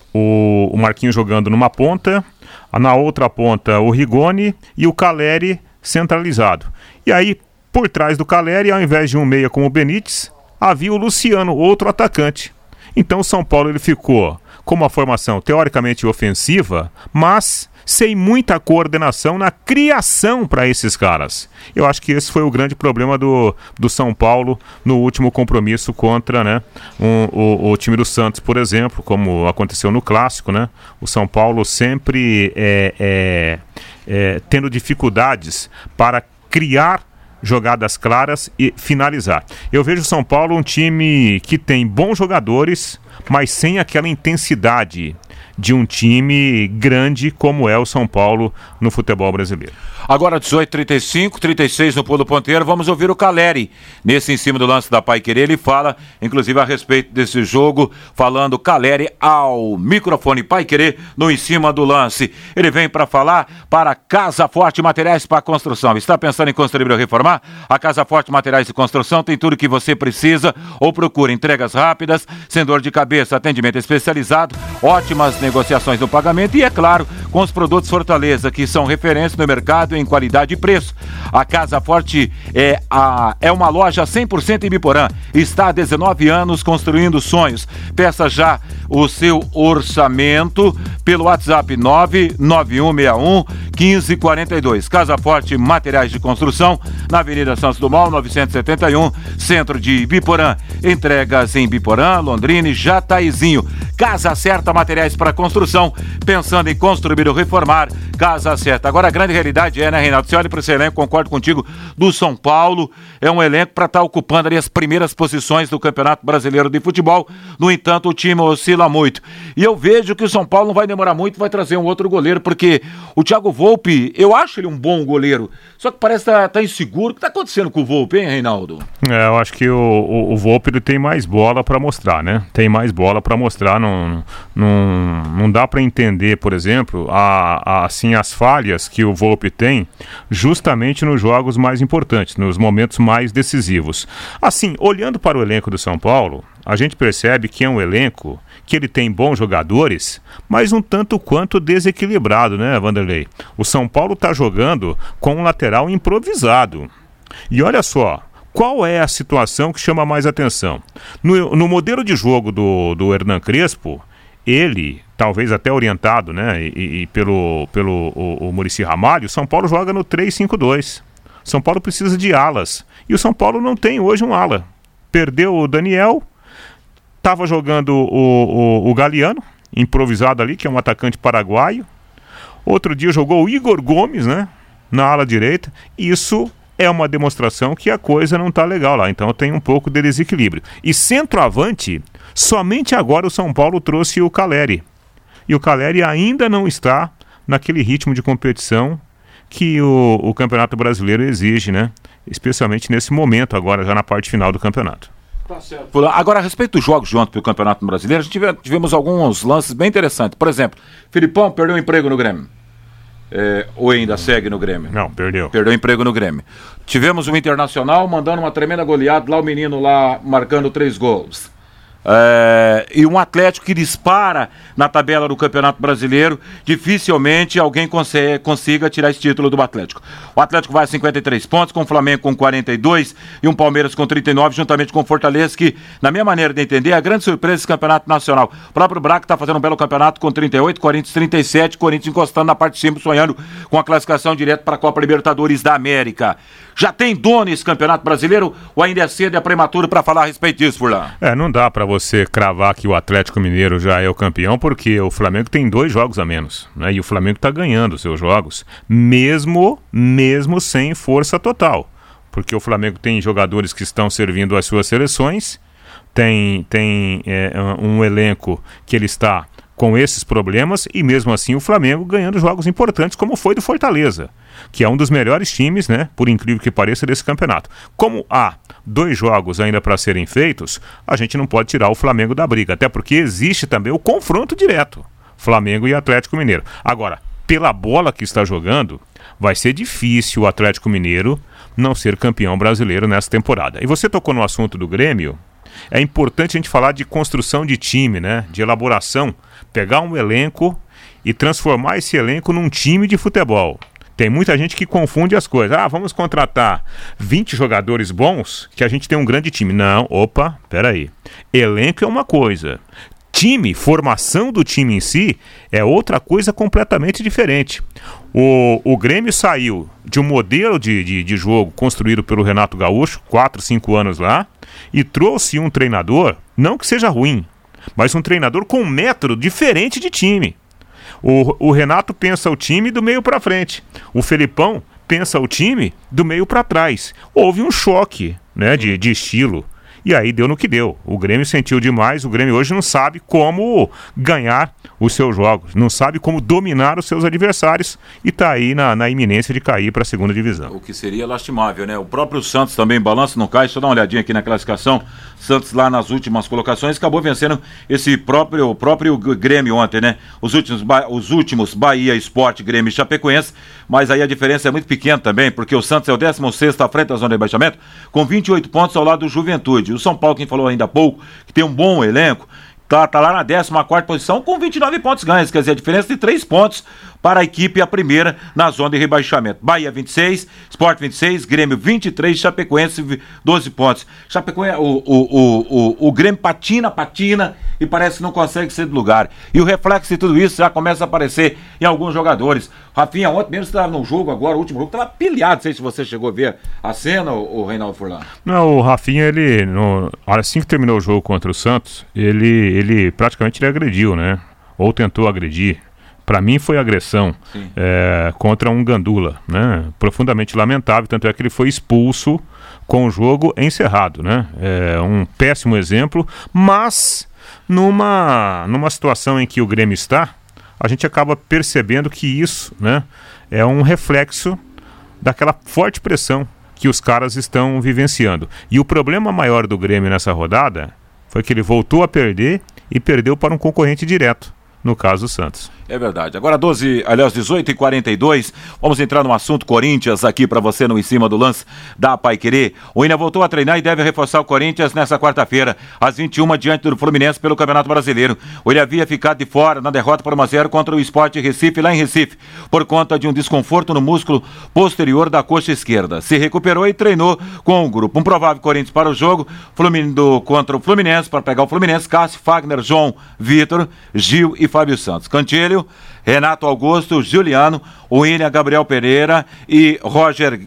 o, o Marquinhos jogando numa ponta, na outra ponta o Rigoni e o Caleri centralizado. E aí, por trás do Caleri, ao invés de um meia como o Benítez, havia o Luciano, outro atacante. Então o São Paulo ele ficou com uma formação teoricamente ofensiva, mas sem muita coordenação na criação para esses caras. Eu acho que esse foi o grande problema do, do São Paulo no último compromisso contra, né, um, o, o time do Santos, por exemplo, como aconteceu no Clássico, né? O São Paulo sempre é, é, é, tendo dificuldades para criar jogadas claras e finalizar. Eu vejo o São Paulo um time que tem bons jogadores, mas sem aquela intensidade de um time grande como é o São Paulo no futebol brasileiro. Agora dezoito e trinta e cinco, trinta e seis no pulo ponteiro, vamos ouvir o Caleri. Nesse em cima do lance da Paiquerê, ele fala, inclusive a respeito desse jogo, falando Caleri ao microfone Paiquerê no em cima do lance. Ele vem para falar para Casa Forte Materiais para Construção. Está pensando em construir ou reformar? A Casa Forte Materiais de Construção tem tudo que você precisa ou procura entregas rápidas, sem dor de cabeça, atendimento especializado, ótimas negociações no pagamento e, é claro, com os produtos Fortaleza, que são referência no mercado em qualidade e preço. A Casa Forte é, a, é uma loja cem por cento em Biporã. Está há dezenove anos construindo sonhos. Peça já o seu orçamento pelo WhatsApp nove nove um seis um um cinco quatro dois. Casa Forte Materiais de Construção, na Avenida Santos Dumont, novecentos e setenta e um, centro de Biporã. Entregas em Biporã, Londrina e Jataizinho. Casa Certa Materiais para Construção. Pensando em construir ou reformar, Casa Certa. Agora a grande realidade é, né, Reinaldo? Você olha para esse elenco, concordo contigo, do São Paulo. É um elenco para estar tá ocupando ali as primeiras posições do Campeonato Brasileiro de Futebol. No entanto, o time oscila muito. E eu vejo que o São Paulo não vai demorar muito, vai trazer um outro goleiro, porque o Thiago Volpi, eu acho ele um bom goleiro, só que parece que tá, tá inseguro. O que está acontecendo com o Volpi, hein, Reinaldo? É, eu acho que o, o, o Volpi ele tem mais bola para mostrar, né? Tem mais bola para mostrar. Não, não, não dá para entender, por exemplo, a, a, assim, as falhas que o Volpi tem justamente nos jogos mais importantes, nos momentos mais decisivos. Assim, olhando para o elenco do São Paulo, a gente percebe que é um elenco que ele tem bons jogadores, mas um tanto quanto desequilibrado, né, Vanderlei? O São Paulo está jogando com um lateral improvisado. E olha só, qual é a situação que chama mais atenção? No, no modelo de jogo do, do Hernan Crespo, ele, talvez até orientado, né, e, e pelo, pelo o, o Muricy Ramalho, o São Paulo joga no três cinco dois. São Paulo precisa de alas. E o São Paulo não tem hoje um ala. Perdeu o Daniel, estava jogando o, o, o Galeano, improvisado ali, que é um atacante paraguaio. Outro dia jogou o Igor Gomes, né, na ala direita. Isso é uma demonstração que a coisa não está legal lá. Então tem um pouco de desequilíbrio. E centroavante, somente agora o São Paulo trouxe o Caleri. E o Caleri ainda não está naquele ritmo de competição que o, o Campeonato Brasileiro exige, né? Especialmente nesse momento agora, já na parte final do campeonato. Tá certo. Agora, a respeito dos jogos de ontem pelo Campeonato Brasileiro, a gente tive, tivemos alguns lances bem interessantes. Por exemplo, Filipão perdeu o emprego no Grêmio. É, ou ainda segue no Grêmio? Não, perdeu. Perdeu o emprego no Grêmio. Tivemos o Internacional mandando uma tremenda goleada, lá o menino lá marcando três gols. É, e um Atlético que dispara na tabela do Campeonato Brasileiro, dificilmente alguém consegue, consiga tirar esse título do Atlético. O Atlético vai a cinquenta e três pontos, com o Flamengo com quarenta e dois e um Palmeiras com trinta e nove, juntamente com o Fortaleza, que, na minha maneira de entender, é a grande surpresa desse Campeonato Nacional. O próprio Braga está fazendo um belo campeonato com trinta e oito, Corinthians trinta e sete, Corinthians encostando na parte de cima, sonhando com a classificação direto para a Copa Libertadores da América. Já tem dono esse Campeonato Brasileiro ou ainda é cedo e é prematuro para falar a respeito disso, Furlan? É, não dá para você cravar que o Atlético Mineiro já é o campeão, porque o Flamengo tem dois jogos a menos, né? E o Flamengo está ganhando seus jogos, mesmo, mesmo sem força total, porque o Flamengo tem jogadores que estão servindo as suas seleções, tem, tem é, um elenco que ele está com esses problemas, e mesmo assim o Flamengo ganhando jogos importantes, como foi do Fortaleza, que é um dos melhores times, né, por incrível que pareça, desse campeonato. Como há dois jogos ainda para serem feitos, a gente não pode tirar o Flamengo da briga, até porque existe também o confronto direto. Flamengo e Atlético Mineiro. Agora, pela bola que está jogando, vai ser difícil o Atlético Mineiro não ser campeão brasileiro nessa temporada. E você tocou no assunto do Grêmio. É importante a gente falar de construção de time, né? De elaboração. Pegar um elenco e transformar esse elenco num time de futebol. Tem muita gente que confunde as coisas. Ah, vamos contratar vinte jogadores bons que a gente tem um grande time. Não, opa, peraí. Elenco é uma coisa. Time, formação do time em si é outra coisa completamente diferente. O, o Grêmio saiu de um modelo de, de, de jogo construído pelo Renato Gaúcho, quatro, cinco anos lá, e trouxe um treinador, não que seja ruim, mas um treinador com um método diferente de time. O, o Renato pensa o time do meio para frente. O Felipão pensa o time do meio para trás. Houve um choque, né, de, de estilo. E aí deu no que deu. O Grêmio sentiu demais. O Grêmio hoje não sabe como ganhar os seus jogos. Não sabe como dominar os seus adversários. E está aí na, na iminência de cair para a segunda divisão. O que seria lastimável, né? O próprio Santos também balança, não cai. Deixa eu dar uma olhadinha aqui na classificação. Santos lá nas últimas colocações acabou vencendo esse próprio, próprio Grêmio ontem, né? Os últimos, os últimos Bahia, Sport, Grêmio e Chapecoense. Mas aí a diferença é muito pequena também, porque o Santos é o décimo sexto à frente da zona de rebaixamento, com vinte e oito pontos ao lado do Juventude. O São Paulo, quem falou ainda há pouco, que tem um bom elenco, tá, tá lá na décima quarta posição com vinte e nove pontos ganhos, quer dizer, a diferença de três pontos para a equipe, a primeira na zona de rebaixamento. Bahia vinte e seis, Sport vinte e seis, Grêmio vinte e três, Chapecoense doze pontos. Chapecoense, o, o, o, o, o Grêmio patina, patina e parece que não consegue ser do lugar. E o reflexo de tudo isso já começa a aparecer em alguns jogadores. Rafinha, ontem mesmo estava no jogo agora, o último jogo, estava pilhado, não sei se você chegou a ver a cena, o, o Reinaldo Furlan. Não, o Rafinha, ele, no, assim que terminou o jogo contra o Santos, ele, ele praticamente ele agrediu, né? Ou tentou agredir. Para mim foi agressão é, contra um gandula, né? Profundamente lamentável, tanto é que ele foi expulso com o jogo encerrado, né? É um péssimo exemplo, mas numa, numa situação em que o Grêmio está, a gente acaba percebendo que isso, né, é um reflexo daquela forte pressão que os caras estão vivenciando. E o problema maior do Grêmio nessa rodada foi que ele voltou a perder e perdeu para um concorrente direto, no caso o Santos. É verdade. Agora doze, aliás, dezoito e quarenta e dois, vamos entrar no assunto Corinthians aqui para você no Em Cima do Lance da Paiquerê. O Ina voltou a treinar e deve reforçar o Corinthians nessa quarta-feira, às vinte e uma, diante do Fluminense pelo Campeonato Brasileiro. Ele havia ficado de fora na derrota por um a zero contra o Sport Recife, lá em Recife, por conta de um desconforto no músculo posterior da coxa esquerda. Se recuperou e treinou com o grupo. Um provável Corinthians para o jogo Flumin... do... contra o Fluminense, para pegar o Fluminense, Cássio, Fagner, João, Vitor, Gil e Fábio Santos. Cantilho, Renato Augusto, Juliano, William, Gabriel Pereira e Roger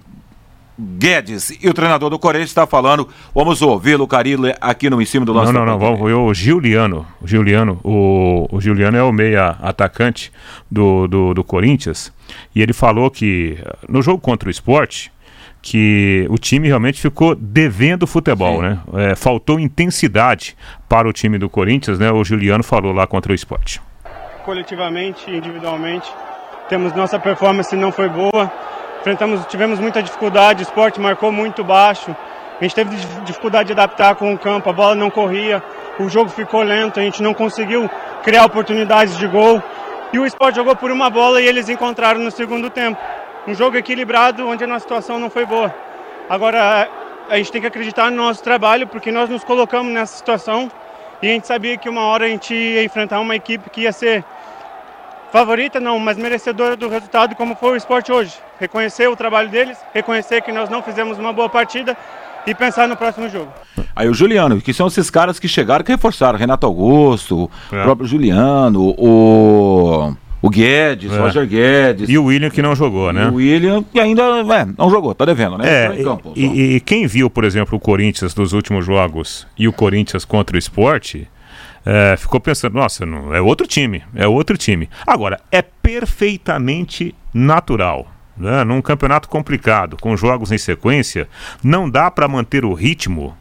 Guedes. E o treinador do Corinthians está falando, vamos ouvi-lo, Carilho, aqui no Em Cima do Lance. Não, não, não, vamos, o Juliano, o Juliano, o, o Juliano é o meia atacante do, do, do Corinthians, e ele falou que no jogo contra o Sport, que o time realmente ficou devendo futebol, Sim. né? É, faltou intensidade para o time do Corinthians, né? O Juliano falou lá contra o Sport. Coletivamente, individualmente, temos nossa performance não foi boa, enfrentamos, tivemos muita dificuldade, o Sport marcou muito baixo, a gente teve dificuldade de adaptar com o campo, a bola não corria, o jogo ficou lento, a gente não conseguiu criar oportunidades de gol, e o Sport jogou por uma bola e eles encontraram no segundo tempo. Um jogo equilibrado, onde a nossa situação não foi boa. Agora, a gente tem que acreditar no nosso trabalho, porque nós nos colocamos nessa situação e a gente sabia que uma hora a gente ia enfrentar uma equipe que ia ser favorita, não, mas merecedora do resultado, como foi o Sport hoje. Reconhecer o trabalho deles, reconhecer que nós não fizemos uma boa partida e pensar no próximo jogo. Aí o Juliano, que são esses caras que chegaram, que reforçaram, Renato Augusto, é. o próprio Juliano, o... O Guedes, é. Roger Guedes. E o William que não jogou, né? O William que ainda é, não jogou, tá devendo, né? É, em campo, e, e quem viu, por exemplo, o Corinthians nos últimos jogos e o Corinthians contra o Sport, é, ficou pensando, nossa, não, é outro time, é outro time. Agora, é perfeitamente natural, né? Num campeonato complicado, com jogos em sequência, não dá para manter o ritmo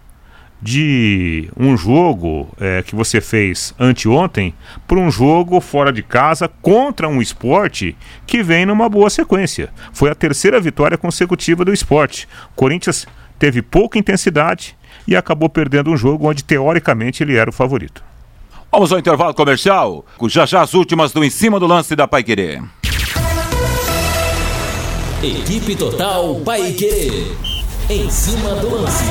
de um jogo é, que você fez anteontem para um jogo fora de casa contra um Sport que vem numa boa sequência. Foi a terceira vitória consecutiva do Sport. O Corinthians teve pouca intensidade e acabou perdendo um jogo onde teoricamente ele era o favorito. Vamos ao intervalo comercial, já já as últimas do Em Cima do Lance da Paiquerê. Equipe Total Paiquerê. Em Cima do Lance.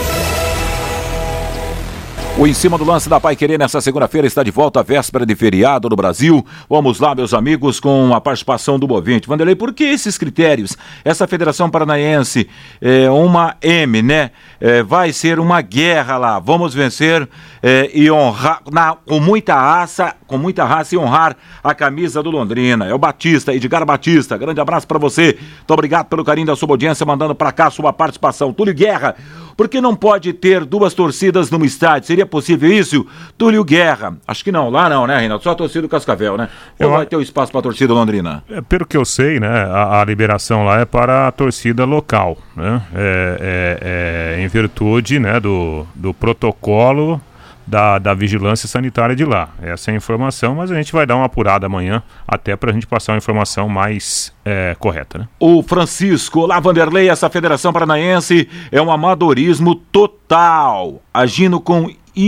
O Em Cima do Lance da Paiquerê nessa segunda-feira está de volta à véspera de feriado no Brasil. Vamos lá, meus amigos, com a participação do ouvinte. Vanderlei, por que esses critérios? Essa Federação Paranaense é uma M, né? É, vai ser uma guerra lá. Vamos vencer é, e honrar, na, com muita raça, com muita raça e honrar a camisa do Londrina. É o Batista, Edgar Batista. Grande abraço para você. Muito obrigado pelo carinho da sua audiência, mandando para cá a sua participação. Túlio Guerra, por que não pode ter duas torcidas no estádio? Seria possível isso? Túlio Guerra. Acho que não, lá não, né, Reinaldo? Só a torcida do Cascavel, né? Ou eu... vai ter o espaço para a torcida londrina? É, pelo que eu sei, né, a, a liberação lá é para a torcida local, né? É, é, é em virtude, né, do, do protocolo da, da vigilância sanitária de lá. Essa é a informação, mas a gente vai dar uma apurada amanhã, até para a gente passar uma informação mais é, correta, né? O Francisco, olá Vanderlei, essa Federação Paranaense é um amadorismo total, agindo com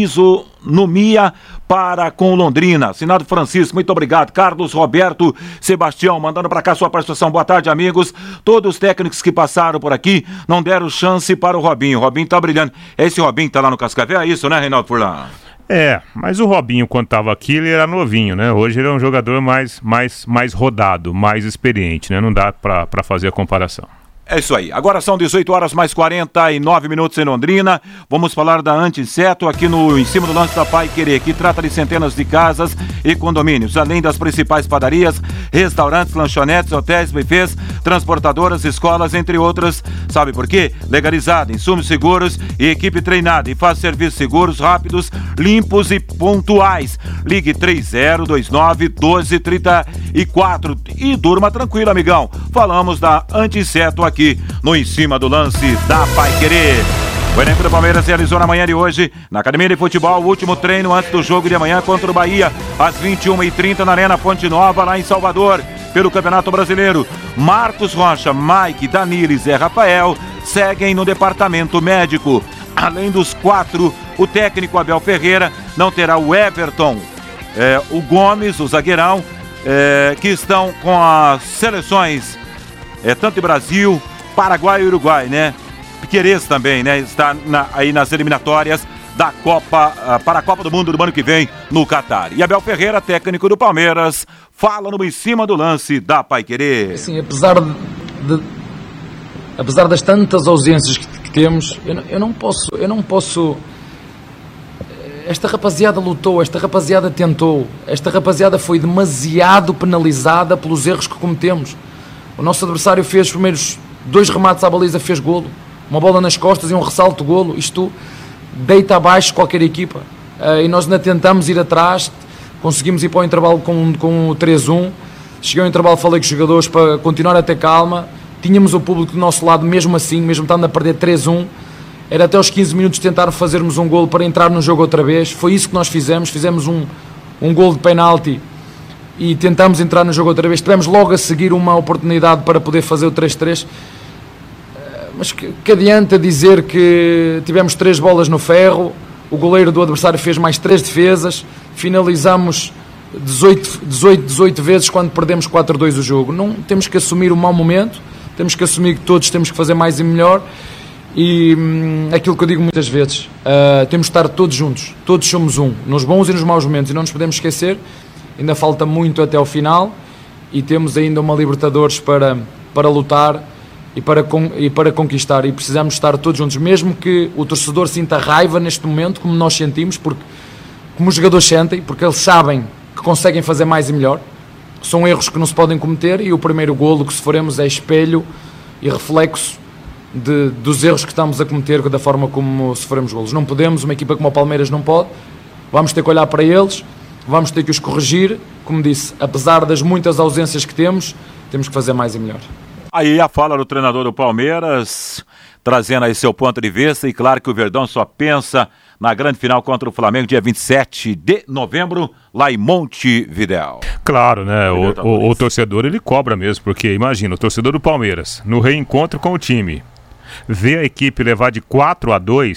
isonomia para com Londrina. Assinado Francisco, muito obrigado. Carlos Roberto Sebastião, mandando para cá sua participação. Boa tarde, amigos. Todos os técnicos que passaram por aqui não deram chance para o Robinho. O Robinho tá brilhando. Esse Robinho tá lá no Cascavel, é isso, né, Reinaldo Furlan? É, mas o Robinho, quando estava aqui, ele era novinho, né? Hoje ele é um jogador mais, mais, mais rodado, mais experiente, né? Não dá para fazer a comparação. É isso aí. Agora são dezoito horas mais quarenta e nove minutos em Londrina. Vamos falar da Anti-Inseto aqui no Em Cima do Lance da Paiquerê, que trata de centenas de casas e condomínios, além das principais padarias, restaurantes, lanchonetes, hotéis, buffets, transportadoras, escolas, entre outras. Sabe por quê? Legalizada, insumos seguros e equipe treinada, e faz serviços seguros, rápidos, limpos e pontuais. Ligue três zero dois nove, um dois três quatro e durma tranquilo, amigão. Falamos da Anti-Inseto aqui aqui no Em Cima do Lance da Paiquerê. O elenco do Palmeiras realizou na manhã de hoje, na Academia de Futebol, o último treino antes do jogo de amanhã contra o Bahia, às vinte e uma e trinta na Arena Fonte Nova, lá em Salvador, pelo Campeonato Brasileiro. Marcos Rocha, Mike, Danilo e Zé Rafael seguem no departamento médico. Além dos quatro, o técnico Abel Ferreira não terá o Everton, é, o Gomes, o zagueirão, é, que estão com as seleções É, tanto de Brasil, Paraguai e Uruguai, né? Piquerez também, né? Está na, aí nas eliminatórias da Copa, uh, para a Copa do Mundo do ano que vem no Catar. E Abel Ferreira, técnico do Palmeiras, fala no Em Cima do Lance da Paiquerê. Sim, apesar de, de apesar das tantas ausências que, que temos, eu não, eu não posso, eu não posso. Esta rapaziada lutou, esta rapaziada tentou, esta rapaziada foi demasiado penalizada pelos erros que cometemos. O nosso adversário fez os primeiros dois remates à baliza, fez golo. Uma bola nas costas e um ressalto golo. Isto deita abaixo qualquer equipa. Uh, e nós ainda tentamos ir atrás, conseguimos ir para o intervalo com, com o três um. Cheguei ao intervalo, falei com os jogadores para continuar a ter calma. Tínhamos o público do nosso lado, mesmo assim, mesmo estando a perder três um. Era até aos quinze minutos tentar fazermos um golo para entrar no jogo outra vez. Foi isso que nós fizemos. Fizemos um, um golo de penalti e tentamos entrar no jogo outra vez. Tivemos logo a seguir uma oportunidade para poder fazer o três três, mas que, que adianta dizer que tivemos três bolas no ferro, o goleiro do adversário fez mais três defesas, finalizamos dezoito, dezoito, dezoito vezes quando perdemos quatro a dois o jogo. Não, temos que assumir o mau momento, temos que assumir que todos temos que fazer mais e melhor, e hum, aquilo que eu digo muitas vezes, uh, temos de estar todos juntos, todos somos um, nos bons e nos maus momentos, e não nos podemos esquecer. Ainda falta muito até ao final e temos ainda uma Libertadores para, para lutar e para, e para conquistar, e precisamos estar todos juntos, mesmo que o torcedor sinta raiva neste momento, como nós sentimos, porque, como os jogadores sentem, porque eles sabem que conseguem fazer mais e melhor. São erros que não se podem cometer, e o primeiro golo que sofremos é espelho e reflexo de, dos erros que estamos a cometer, da forma como sofremos golos. Não podemos, uma equipa como o Palmeiras não pode, vamos ter que olhar para eles, vamos ter que os corrigir, como disse, apesar das muitas ausências que temos, temos que fazer mais e melhor. Aí a fala do treinador do Palmeiras, trazendo aí seu ponto de vista, e claro que o Verdão só pensa na grande final contra o Flamengo, dia vinte e sete de novembro, lá em Montevidéu. Claro, né, o, o, o torcedor ele cobra mesmo, porque imagina, o torcedor do Palmeiras, no reencontro com o time, vê a equipe levar de quatro a dois...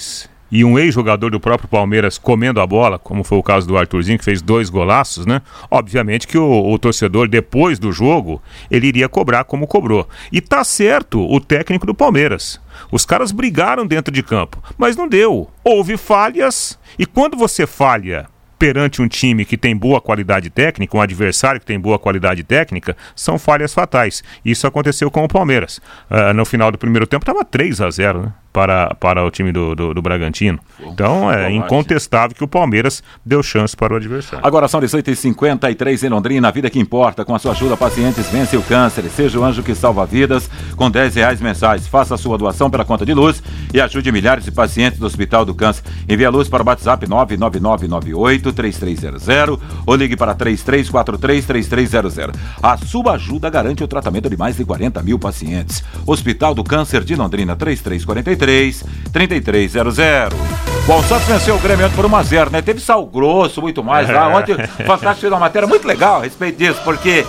e um ex-jogador do próprio Palmeiras comendo a bola, como foi o caso do Arthurzinho, que fez dois golaços, né? Obviamente que o, o torcedor, depois do jogo, ele iria cobrar como cobrou. E tá certo o técnico do Palmeiras. Os caras brigaram dentro de campo, mas não deu. Houve falhas, e quando você falha perante um time que tem boa qualidade técnica, um adversário que tem boa qualidade técnica, são falhas fatais. Isso aconteceu com o Palmeiras. Uh, no final do primeiro tempo estava três a zero, né? Para, para o time do, do, do Bragantino. Então é incontestável que o Palmeiras deu chance para o adversário. Agora são dezoito e cinquenta e três em Londrina, a vida que importa. Com a sua ajuda, pacientes vencem o câncer. Seja o anjo que salva vidas com dez reais mensais. Faça a sua doação pela conta de luz e ajude milhares de pacientes do Hospital do Câncer. Envie a luz para o WhatsApp nove nove nove nove oito três três zero zero ou ligue para três três quatro três três três zero zero. A sua ajuda garante o tratamento de mais de quarenta mil pacientes. Hospital do Câncer de Londrina, três três quatro três três três zero zero. Bom, o Santos venceu o Grêmio por um a zero, né? Teve sal grosso, muito mais lá. Ontem o Fantástico fez uma matéria muito legal a respeito disso, porque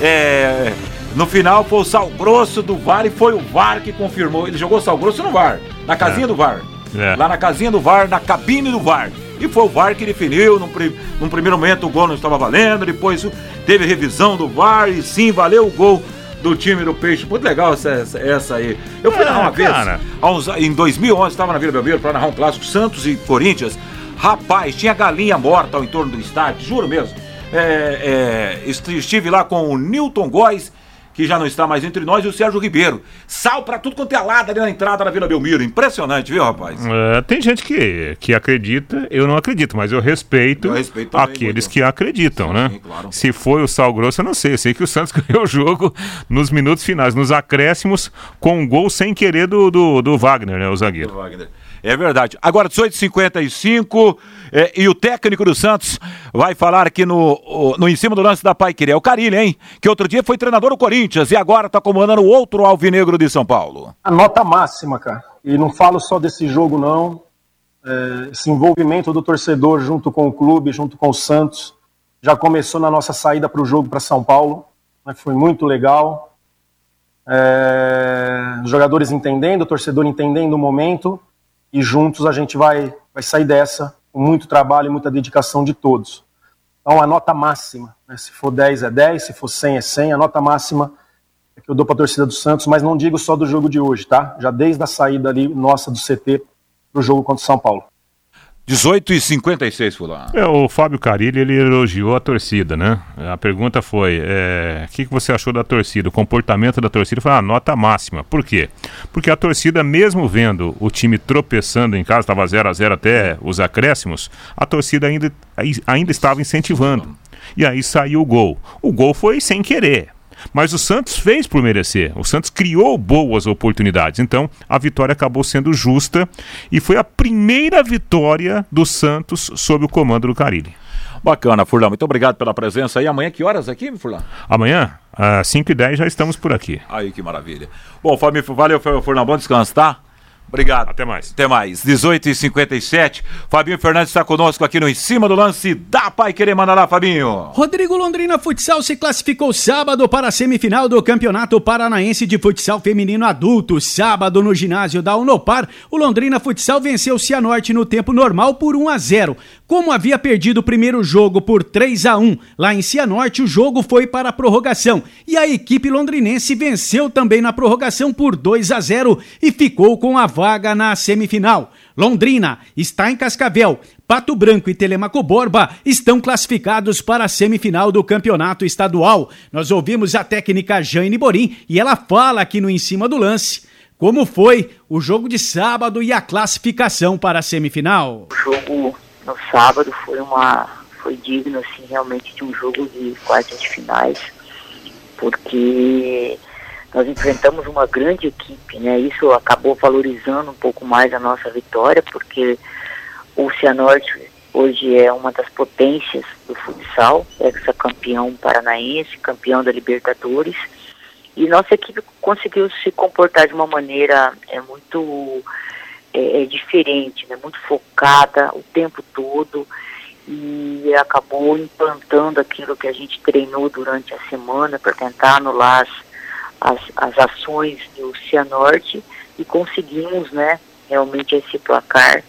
é, no final foi o sal grosso do V A R e foi o V A R que confirmou. Ele jogou sal grosso no V A R, na casinha é. do V A R. É. Lá na casinha do V A R, na cabine do V A R. E foi o V A R que definiu. Num, num primeiro momento o gol não estava valendo, depois teve revisão do V A R e sim, valeu o gol do time do Peixe. Muito legal essa, essa, essa aí. Eu fui é, narrar uma cara. vez, uns, em dois mil e onze, estava na Vila Belmiro para narrar um clássico, Santos e Corinthians. Rapaz, tinha galinha morta ao entorno do estádio, juro mesmo. É, é, estive lá com o Newton Góes, que já não está mais entre nós, e o Sérgio Ribeiro. Sal pra tudo quanto é lado ali na entrada da Vila Belmiro. Impressionante, viu, rapaz? É, tem gente que, que acredita, eu não acredito, mas eu respeito, eu respeito também, aqueles muito. que acreditam, sim, né? Sim, claro. Se foi o sal grosso, eu não sei. Eu sei que o Santos ganhou o jogo nos minutos finais, nos acréscimos, com um gol sem querer do, do, do Wagner, né? O zagueiro. Do Wagner. É verdade. Agora, dezoito e cinquenta e cinco, é, e o técnico do Santos vai falar aqui no, no Em Cima do Lance da Paiquerê. É o Carille, hein? Que outro dia foi treinador do Corinthians e agora está comandando o outro alvinegro de São Paulo. A nota máxima, cara. E não falo só desse jogo, não. É, esse envolvimento do torcedor junto com o clube, junto com o Santos, já começou na nossa saída para o jogo para São Paulo. Né? Foi muito legal. É, os jogadores entendendo, o torcedor entendendo o momento. E juntos a gente vai, vai sair dessa com muito trabalho e muita dedicação de todos. Então a nota máxima, né? Se for dez é dez, se for cem é cem, a nota máxima é que eu dou para a torcida do Santos, mas não digo só do jogo de hoje, tá? Já desde a saída ali nossa do C T para o jogo contra o São Paulo. dezoito e cinquenta e seis, Fulano. É, o Fábio Carille, ele elogiou a torcida, né? A pergunta foi, é, o que, que você achou da torcida? O comportamento da torcida foi a nota máxima. Por quê? Porque a torcida, mesmo vendo o time tropeçando em casa, estava zero a zero até os acréscimos, a torcida ainda, ainda estava incentivando. E aí saiu o gol. O gol foi sem querer. Mas o Santos fez por merecer. O Santos criou boas oportunidades. Então, a vitória acabou sendo justa e foi a primeira vitória do Santos sob o comando do Carille. Bacana, Furlan. Muito obrigado pela presença aí. Amanhã, que horas aqui, Furlan? Amanhã, às cinco e dez, já estamos por aqui. Aí, que maravilha. Bom, Fábio, valeu, Furlan. Bom descanso, tá? Obrigado. Até mais. Até mais. dezoito e cinquenta e sete. Fabinho Fernandes está conosco aqui no Em Cima do Lance da Paiquerê. Manda lá, Fabinho. Rodrigo Londrina Futsal se classificou sábado para a semifinal do Campeonato Paranaense de Futsal Feminino Adulto. Sábado, no ginásio da Unopar, o Londrina Futsal venceu o Cianorte no tempo normal por um a zero. Como havia perdido o primeiro jogo por três a um lá em Cianorte, o jogo foi para a prorrogação. E a equipe londrinense venceu também na prorrogação por dois a zero e ficou com a vaga na semifinal. Londrina está em Cascavel. Pato Branco e Telemaco Borba estão classificados para a semifinal do campeonato estadual. Nós ouvimos a técnica Jane Borim e ela fala aqui no Em Cima do Lance como foi o jogo de sábado e a classificação para a semifinal. O jogo no sábado foi uma foi digno assim realmente de um jogo de quartas de finais, porque nós enfrentamos uma grande equipe, né? Isso acabou valorizando um pouco mais a nossa vitória, porque o Cianorte hoje é uma das potências do futsal, ex-campeão paranaense, campeão da Libertadores, e nossa equipe conseguiu se comportar de uma maneira é, muito é, é diferente, né? Muito focada o tempo todo, e acabou implantando aquilo que a gente treinou durante a semana para tentar anular as, as, as ações do Cianorte, e conseguimos, né, realmente esse placar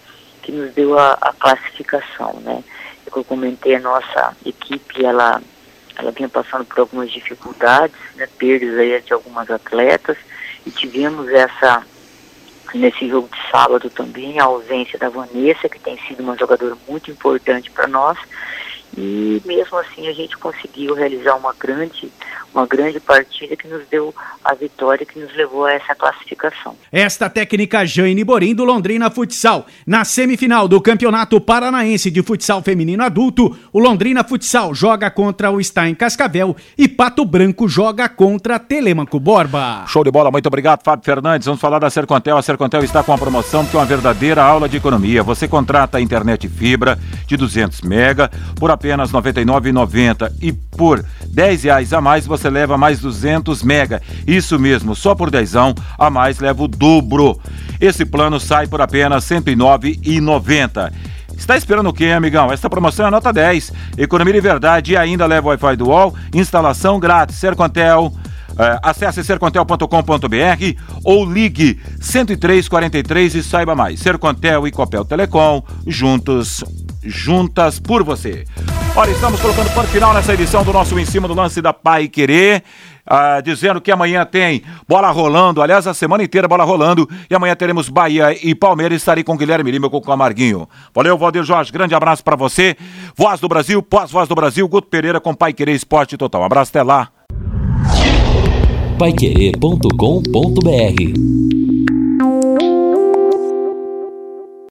que nos deu a, a classificação, né? Eu comentei, a nossa equipe, ela, ela vinha passando por algumas dificuldades, né? Perdas aí de algumas atletas, e tivemos essa, nesse jogo de sábado também, a ausência da Vanessa, que tem sido uma jogadora muito importante para nós, e mesmo assim a gente conseguiu realizar uma grande, uma grande partida que nos deu a vitória, que nos levou a essa classificação. Esta técnica Jane Borim do Londrina Futsal. Na semifinal do Campeonato Paranaense de Futsal Feminino Adulto, o Londrina Futsal joga contra o Stein Cascavel e Pato Branco joga contra Telêmaco Borba. Show de bola, muito obrigado, Fábio Fernandes. Vamos falar da Sercontel. A Sercontel está com a promoção que é uma verdadeira aula de economia. Você contrata a internet fibra de duzentos mega por apenas noventa e nove reais e noventa centavos e por dez reais a mais você leva mais duzentos mega. Isso mesmo, só por dezão a mais leva o dobro. Esse plano sai por apenas cento e nove reais e noventa centavos. Está esperando o quê, amigão? Esta promoção é nota dez. Economia de verdade e ainda leva o Wi-Fi do U O L, instalação grátis. Sercontel. Uh, acesse sercontel ponto com ponto b r ou ligue cento e três quarenta e três e saiba mais. Sercontel e Copel Telecom, juntos, juntas por você. Olha, estamos colocando ponto final nessa edição do nosso Em Cima do Lance da Paiquerê, uh, dizendo que amanhã tem bola rolando, aliás, a semana inteira bola rolando, e amanhã teremos Bahia e Palmeiras. Estarei com o Guilherme Lima, com o Camarguinho. Valeu, Valdir Jorge, grande abraço pra você. Voz do Brasil, pós-Voz do Brasil, Guto Pereira com Paiquerê Esporte Total. Um abraço, até lá. paiquerê ponto com ponto b r